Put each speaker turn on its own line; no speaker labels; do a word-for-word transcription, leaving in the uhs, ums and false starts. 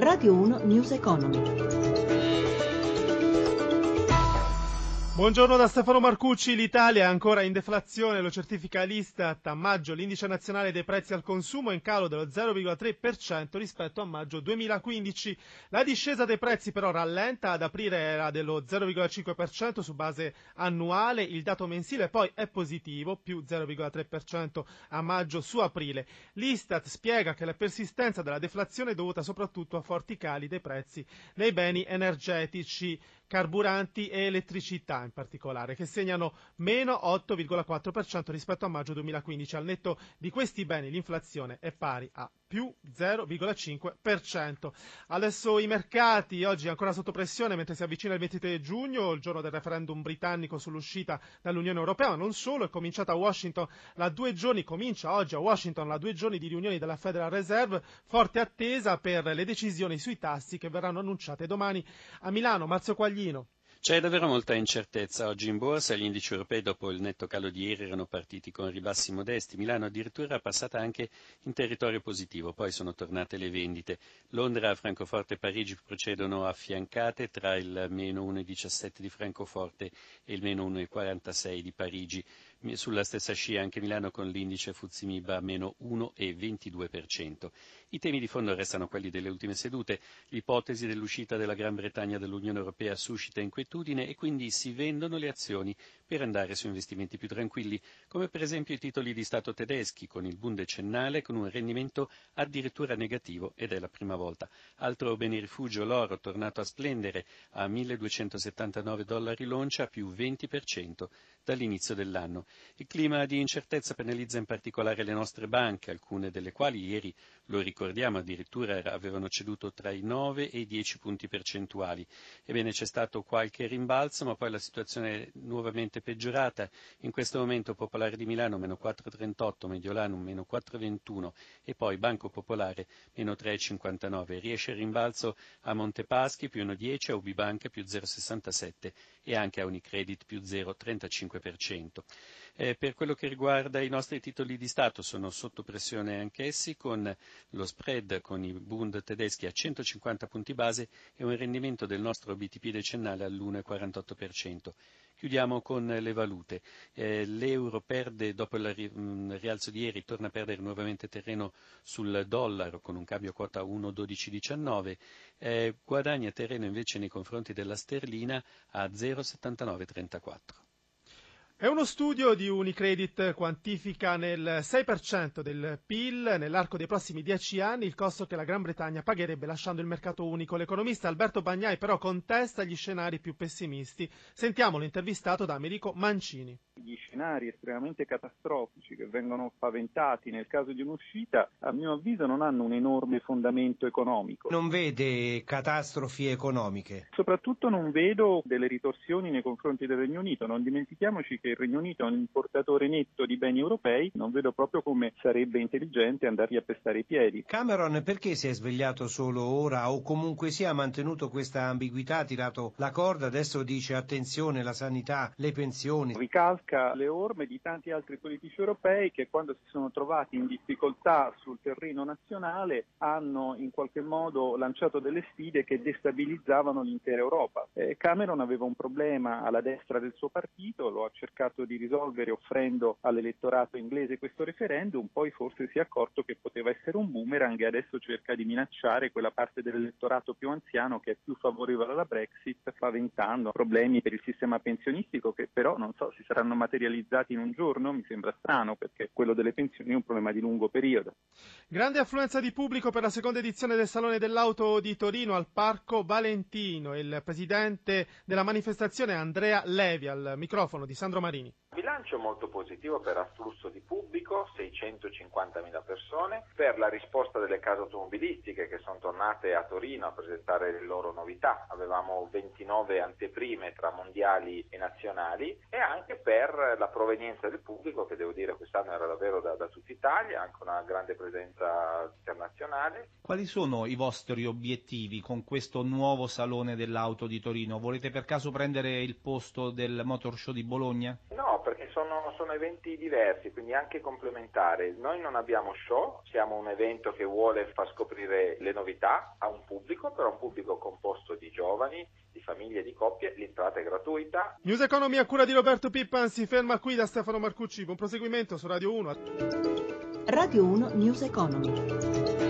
Radio uno News Economy.
Buongiorno da Stefano Marcucci. L'Italia è ancora in deflazione, lo certifica l'Istat. A maggio l'indice nazionale dei prezzi al consumo è in calo dello zero virgola tre per cento rispetto a maggio duemilaquindici. La discesa dei prezzi però rallenta, ad aprile era dello zero virgola cinque per cento su base annuale, il dato mensile poi è positivo, più zero virgola tre per cento a maggio su aprile. L'Istat spiega che la persistenza della deflazione è dovuta soprattutto a forti cali dei prezzi dei beni energetici, carburanti e elettricità in particolare, che segnano meno otto virgola quattro per cento rispetto a maggio duemilaquindici. Al netto di questi beni l'inflazione è pari a più zero virgola cinque per cento. Adesso i mercati, oggi ancora sotto pressione mentre si avvicina il ventitré giugno, il giorno del referendum britannico sull'uscita dall'Unione Europea, ma non solo, è cominciata a Washington la due giorni, comincia oggi a Washington la due giorni di riunioni della Federal Reserve, forte attesa per le decisioni sui tassi che verranno annunciate domani a Milano. Marzio Quaglino.
C'è davvero molta incertezza oggi in borsa, gli indici europei dopo il netto calo di ieri erano partiti con ribassi modesti, Milano addirittura è passata anche in territorio positivo, poi sono tornate le vendite. Londra, Francoforte e Parigi procedono affiancate tra il meno uno virgola diciassette di Francoforte e il meno uno virgola quarantasei di Parigi. Sulla stessa scia anche Milano con l'indice F T S E M I B a meno uno virgola ventidue per cento. I temi di fondo restano quelli delle ultime sedute, l'ipotesi dell'uscita della Gran Bretagna dall'Unione Europea suscita inquietudine e quindi si vendono le azioni per andare su investimenti più tranquilli, come per esempio i titoli di Stato tedeschi con il Bund decennale con un rendimento addirittura negativo ed è la prima volta. Altro bene rifugio, l'oro, tornato a splendere a milleduecentosettantanove dollari l'oncia, più venti per cento dall'inizio dell'anno. Il clima di incertezza penalizza in particolare le nostre banche, alcune delle quali ieri, lo ricordiamo, addirittura avevano ceduto tra i nove e i dieci punti percentuali. Ebbene, c'è stato qualche rimbalzo, ma poi la situazione è nuovamente peggiorata. In questo momento Popolare di Milano meno quattro virgola trentotto, Mediolanum meno quattro virgola ventuno e poi Banco Popolare meno tre virgola cinquantanove. Riesce il rimbalzo a Montepaschi più uno virgola dieci, a Ubibanca più zero virgola sessantasette e anche a Unicredit più zero virgola trentacinque per cento. Eh, per quello che riguarda i nostri titoli di Stato sono sotto pressione anch'essi con lo spread con i Bund tedeschi a centocinquanta punti base e un rendimento del nostro B T P decennale all'uno virgola quarantotto per cento. Chiudiamo con le valute. Eh, l'euro perde, dopo il ri, mh, rialzo di ieri, torna a perdere nuovamente terreno sul dollaro con un cambio a quota uno virgola dodici diciannove, eh, guadagna terreno invece nei confronti della sterlina a zero virgola settantanove trentaquattro.
È uno studio di Unicredit quantifica nel sei per cento del P I L nell'arco dei prossimi dieci anni il costo che la Gran Bretagna pagherebbe lasciando il mercato unico. L'economista Alberto Bagnai però contesta gli scenari più pessimisti. Sentiamolo intervistato da Americo Mancini.
Gli scenari estremamente catastrofici che vengono paventati nel caso di un'uscita, a mio avviso, non hanno un enorme fondamento economico.
Non vede catastrofi economiche?
Soprattutto non vedo delle ritorsioni nei confronti del Regno Unito. Non dimentichiamoci che il Regno Unito è un importatore netto di beni europei, non vedo proprio come sarebbe intelligente andargli a pestare i piedi.
Cameron perché si è svegliato solo ora o comunque sia ha mantenuto questa ambiguità, ha tirato la corda, adesso dice attenzione la sanità, le pensioni?
Ricalca le orme di tanti altri politici europei che quando si sono trovati in difficoltà sul terreno nazionale hanno in qualche modo lanciato delle sfide che destabilizzavano l'intera Europa. Eh, Cameron aveva un problema alla destra del suo partito, lo ha cercato di risolvere offrendo all'elettorato inglese questo referendum, poi forse si è accorto che poteva essere un boomerang e adesso cerca di minacciare quella parte dell'elettorato più anziano che è più favorevole alla Brexit, paventando problemi per il sistema pensionistico che però non so si saranno materializzati in un giorno, mi sembra strano perché quello delle pensioni è un problema di lungo periodo.
Grande affluenza di pubblico per la seconda edizione del Salone dell'Auto di Torino al Parco Valentino. Il presidente della manifestazione Andrea Levi al microfono di Sandro Marini.
Bilancio molto positivo per afflusso di pubblico, seicentocinquantamila persone, per la risposta delle case automobilistiche che sono tornate a Torino a presentare le loro novità. Avevamo ventinove anteprime tra mondiali e nazionali e anche per la provenienza del pubblico che devo dire quest'anno era davvero da, da tutta Italia, anche una grande presenza internazionale.
Quali sono i vostri obiettivi con questo nuovo Salone dell'Auto di Torino? Volete per caso prendere il posto del Motor Show di Bologna?
No, no, perché sono, sono eventi diversi, quindi anche complementari. Noi non abbiamo show, siamo un evento che vuole far scoprire le novità a un pubblico, però un pubblico composto di giovani, di famiglie, di coppie, l'entrata è gratuita.
News Economy a cura di Roberto Pippan si ferma qui da Stefano Marcucci, buon proseguimento su Radio uno.
Radio uno News Economy.